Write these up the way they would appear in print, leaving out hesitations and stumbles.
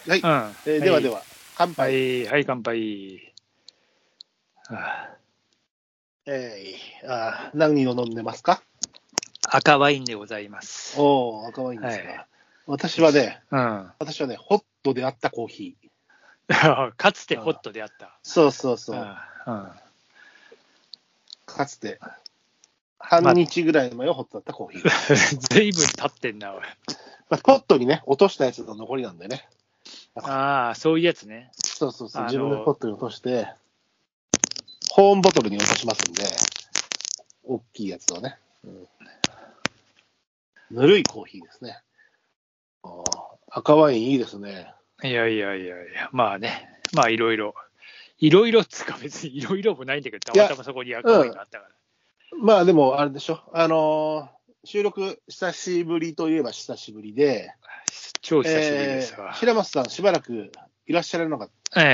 はい。ではでは、乾杯。 はい、乾杯。 何を飲んでますか？ 赤ワインでございます。 おー、赤ワインですか。私はね、ホットであったコーヒー。かつてホットであった。 そうそうそう。かつて、半日ぐらい前はホットだったコーヒー。 ずいぶん経ってんな、おい。 ポットにね、落としたやつの残りなんでね。 そういうやつね。 そうそうそう、自分でポットに落として、保温ボトルに落としますんで、大きいやつをね。ぬるいコーヒーですね。赤ワインいいですね。 いや、まあね、まあいろいろつか別にいろいろもないんだけど、たまたまそこに赤ワインがあったから。 まあでもあれでしょ、収録久しぶりといえば久しぶりで、 超久しぶりですわ。 平松さんしばらくいらっしゃらなかった。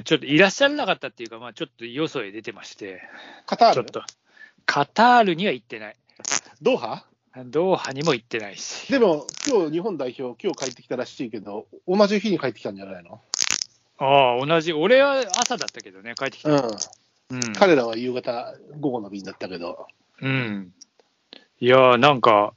ちょっといらっしゃらなかったっていうか、まあちょっとよそへ出てまして。 カタール？ ちょっとカタールには行ってない。 ドーハにも行ってないし。 でも今日日本代表今日帰ってきたらしいけど、同じ日に帰ってきたんじゃないの？ 同じ。俺は朝だったけどね、帰ってきた。 彼らは夕方午後の便だったけど。 いやなんか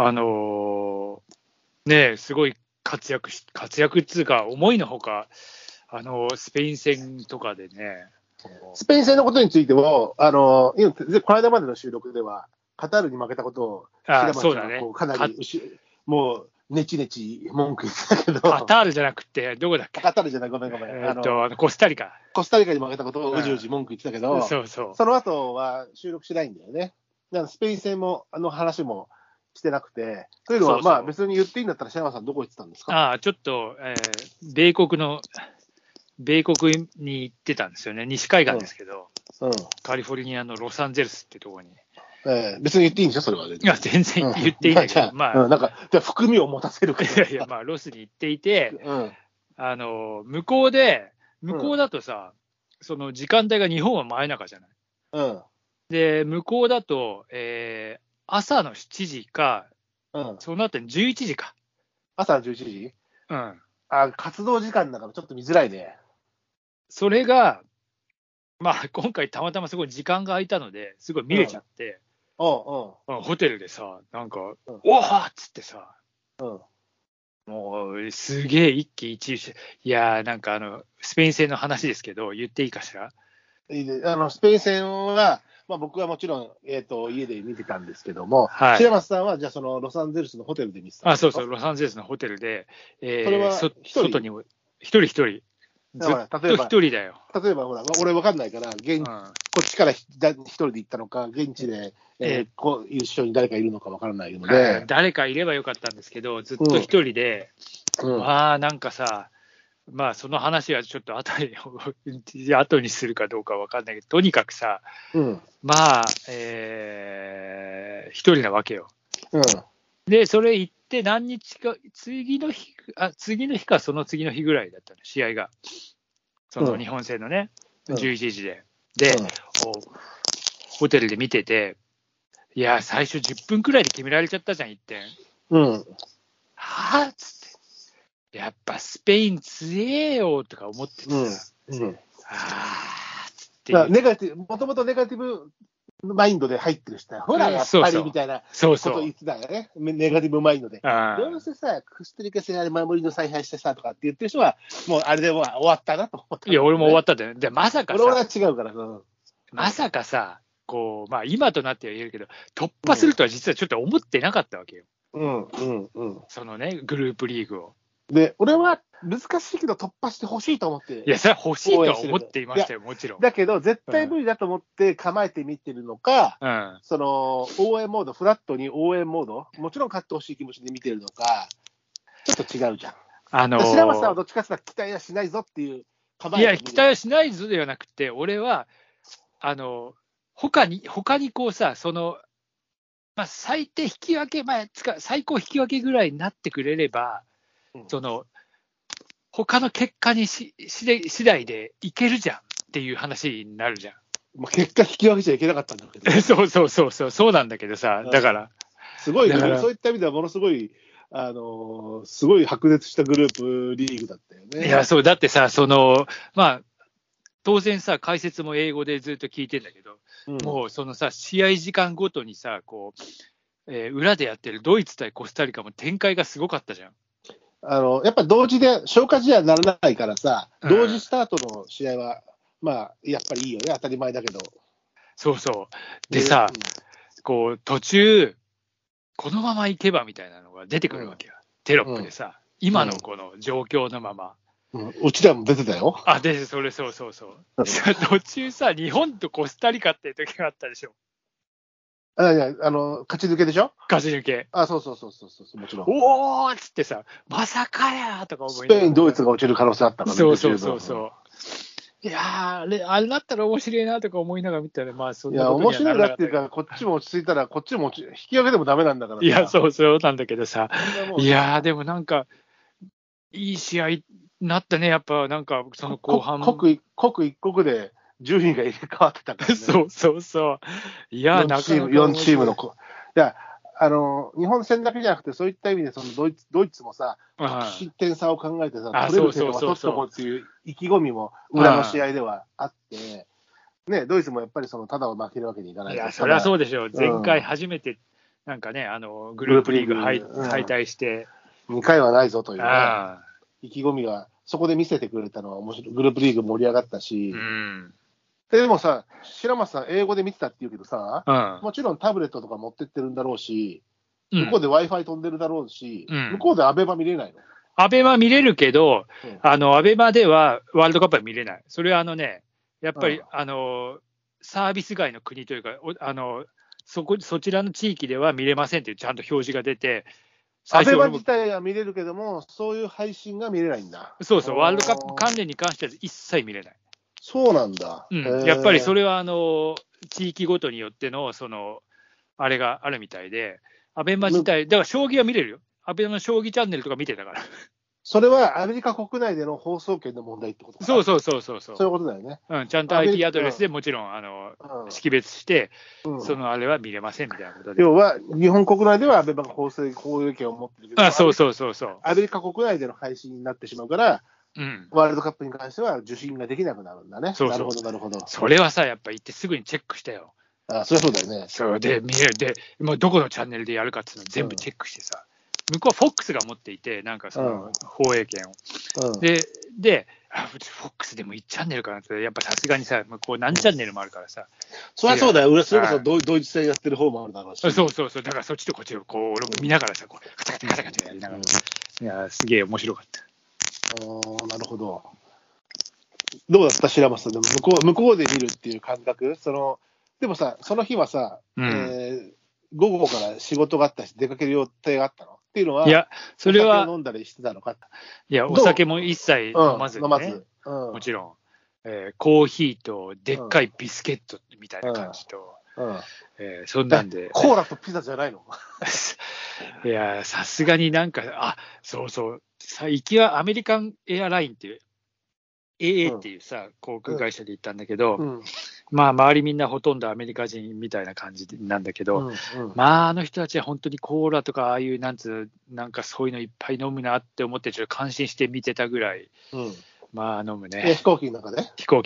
ね、すごい活躍っていうか、思いのほかスペイン戦とかでね。 スペイン戦のことについても、この間までの収録では、カタールに負けたことを、平松がかなり、もう、ねちねち文句言ってたけど。 カタールじゃなくて、どこだっけ？ カタールじゃない、ごめん。 コスタリカ。 コスタリカに負けたことをうじうじ文句言ってたけど、その後は収録しないんだよね。だからスペイン戦も、話もしてなくて、というのは、まあ別に言っていいんだったら、白山さんどこ行ってたんですか？ ちょっと、米国に行ってたんですよね。西海岸ですけど、カリフォルニアのロサンゼルスってところに。 別に言っていいんでしょ、それは。いや、全然言っていいんだけど、 なんか、含みを持たせるから。 いや、まあ、ロスに行っていて、向こうだとさ、その時間帯が日本は真夜中じゃない。で、向こうだと、朝の7時か、その後に11時か。 朝の11時？活動時間だからちょっと見づらいね。 それが、まあ、今回たまたますごい時間が空いたので、すごい見れちゃって、ホテルでさ、なんか、おーっつってさ、もうすげえ一喜一憂して、いやー、なんかスペイン戦の話ですけど、言っていいかしら？ スペイン戦は、まあ、僕はもちろん、家で見てたんですけども、白松さんは、じゃあ、そのロサンゼルスのホテルで見てたんですか？ そう、ロサンゼルスのホテルで、 それは外にも、一人。ずっと一人だよ。 例えば、ほら、俺分かんないから、こっちから一人で行ったのか、現地で、一緒に誰かいるのか分からないので。 誰かいればよかったんですけど、ずっと一人で、なんかさ、まあ、その話はちょっと後にするかどうか分かんないけど、とにかくさ、まあ、一人なわけよ。で、それ行って何日か、次の日かその次の日ぐらいだったの、試合が。その日本戦のね、11時で。で、ホテルで見てて、いや、最初10分くらいで決められちゃったじゃん、1点。はぁっつって。やっぱスペイン強えよとか思っててさ。 もともとネガティブマインドで入ってる人は、ほら、やっぱりみたいなこと言ってたよね。ネガティブマインドで。どうせさ、コスタリカ戦で守りの采配してさとかって言ってる人は、もうあれでもう終わったなと思った、 いや、俺も終わったんだよ。で、まさかさ、 俺は違うから。 まさかさ、まあ今となっては言えるけど、突破するとは実はちょっと思ってなかったわけよ。そのね、グループリーグを。 で、俺は難しいけど突破してほしいと思って。 いや、それは欲しいとは思っていましたよ、もちろん。 だけど、絶対無理だと思って構えてみてるのか、その応援モード、フラットに応援モード、もちろん勝ってほしい気持ちで見てるのか、ちょっと違うじゃん。白松さんはどっちかっていうと期待はしないぞっていう構え。 いや、期待はしないぞではなくて、俺は、他にこうさ、まあ、最低引き分け、最高引き分けぐらいになってくれれば、他の結果に次第でいけるじゃんっていう話になるじゃん。 まあ、結果引き分けちゃいけなかったんだけど、 そうなんだけどさ、だから。 すごいね、そういった意味ではものすごい、 すごい白熱したグループリーグだったよね。 いや、そう、だってさ、まあ、当然さ、解説も英語でずっと聞いてんだけど、もうそのさ、試合時間ごとにさ、裏でやってるドイツ対コスタリカも展開がすごかったじゃん。 やっぱ同時で消化試合にならないからさ、同時スタートの試合は、まあ、やっぱりいいよね、当たり前だけど。 そうそう。でさ、途中、このまま行けばみたいなのが出てくるわけよ。テロップでさ、今のこの状況のまま。 うちらも出てたよ。 それそう。途中さ、日本とコスタリカっていう時があったでしょ。 いや、勝ち抜けでしょ？ 勝ち抜け。 そう、もちろん。 おーっつってさ、まさかやーとか思いながら。スペイン、ドイツが落ちる可能性あったからね。そう。いやー、あれだったら面白いなとか思いながら見たら、まあ、そんなことにはならなかった。いや、面白いなっていうか、 こっちも落ち着いたら、こっちも引き分けでもダメなんだからさ。 いや、そうなんだけどさ、いやー、でもなんか、いい試合になったね、やっぱ、なんか、その後半。 刻一刻で順位が入れ替わってたからね。 そう。いや、 4チームの。いや、日本戦だけじゃなくて、そういった意味で、そのドイツもさ、失点差を考えてさ、取れる点は取っとこうっていう意気込みも裏の試合ではあって、ね、ドイツもやっぱりただを負けるわけにいかない。 いや、それはそうでしょう。前回初めて、なんかね、グループリーグ敗退して。 2回はないぞというね、意気込みが、そこで見せてくれたのは面白い。グループリーグ盛り上がったし、でもさ、白松さん、英語で見てたって言うけどさ、もちろんタブレットとか持ってってるんだろうし、向こうで Wi-Fi 飛んでるだろうし、向こうでアベマ見れないの？ アベマ見れるけど、アベマではワールドカップは見れない。それはやっぱり、サービス外の国というか、そちらの地域では見れませんっていうちゃんと表示が出て、 アベマ自体は見れるけども、そういう配信が見れないんだ。 そう、ワールドカップ関連に関しては一切見れない。 そうなんだ。 やっぱりそれは地域ごとによってのあれがあるみたいで、アベマ自体、だから将棋は見れるよ。アベマの将棋チャンネルとか見てたから。 それはアメリカ国内での放送権の問題ってことか？ そう。 そういうことだよね。 ちゃんと IP アドレスでもちろん識別して、あれは見れませんみたいなことで。 要は、日本国内ではアベマが放送権を持ってるけど、 そう。 アメリカ国内での配信になってしまうから、ワールドカップに関しては受信ができなくなるんだね。なるほど。 それはさ、やっぱ行ってすぐにチェックしたよ。 そりゃそうだよね。 そうで、見れる。で、どこのチャンネルでやるかっていうのを全部チェックしてさ、向こうは FOX が持っていて、なんか放映権を。で、FOX でも1チャンネルかなって、やっぱさすがにさ、向こう何チャンネルもあるからさ。 そりゃそうだよ。それこそドイツ戦やってる方もあるだろうし。 そう。だからそっちとこっちを見ながらさ、カタカタやりながら。いや、すげえ面白かった。 なるほど。どうだった白松さん？でも向こうで見るっていう感覚？でもさ、その日はさ、午後から仕事があったし、出かける予定があったのっていうのは、 いや、それは、 お酒を飲んだりしてたのか？ いや、お酒も一切飲まずにね、もちろん、コーヒーとでっかいビスケットみたいな感じと、そんなんで。 コーラとピザじゃないの？ いや、さすがになんか、そう。行きはアメリカンエアラインっていう、AA っていうさ、航空会社で行ったんだけど、まあ、周りみんなほとんどアメリカ人みたいな感じなんだけど、まあ、あの人たちは本当にコーラとか、ああいう、なんかそういうのいっぱい飲むなって思って、ちょっと感心して見てたぐらい、まあ、飲むね。 飛行機の中で。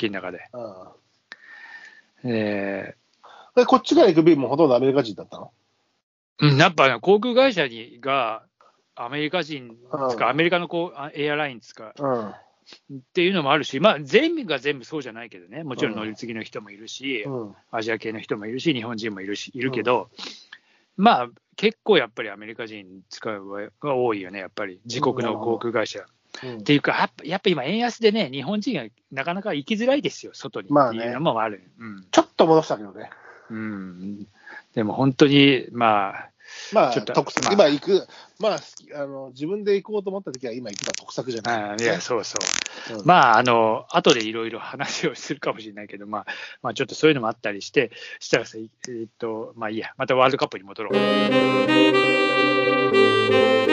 こっちから行く便もほとんどアメリカ人だったの？ やっぱ航空会社がアメリカ人つか、アメリカのエアラインつか、っていうのもあるし、まあ、全部が全部そうじゃないけどね、もちろん乗り継ぎの人もいるし、アジア系の人もいるし、日本人もいるけど、まあ、結構やっぱりアメリカ人使うが多いよね、やっぱり、自国の航空会社。っていうか、やっぱ今、円安でね、日本人がなかなか行きづらいですよ、外にっていうのもある。 ちょっと戻したけどね。 でも本当に、まあ、 ちょっと今行く、自分で行こうと思ったときは、今行くのは得策じゃない。 いや、そう。まあ、後でいろいろ話をするかもしれないけど、まあ、ちょっとそういうのもあったりしたらさ、まあいいや、またワールドカップに戻ろう。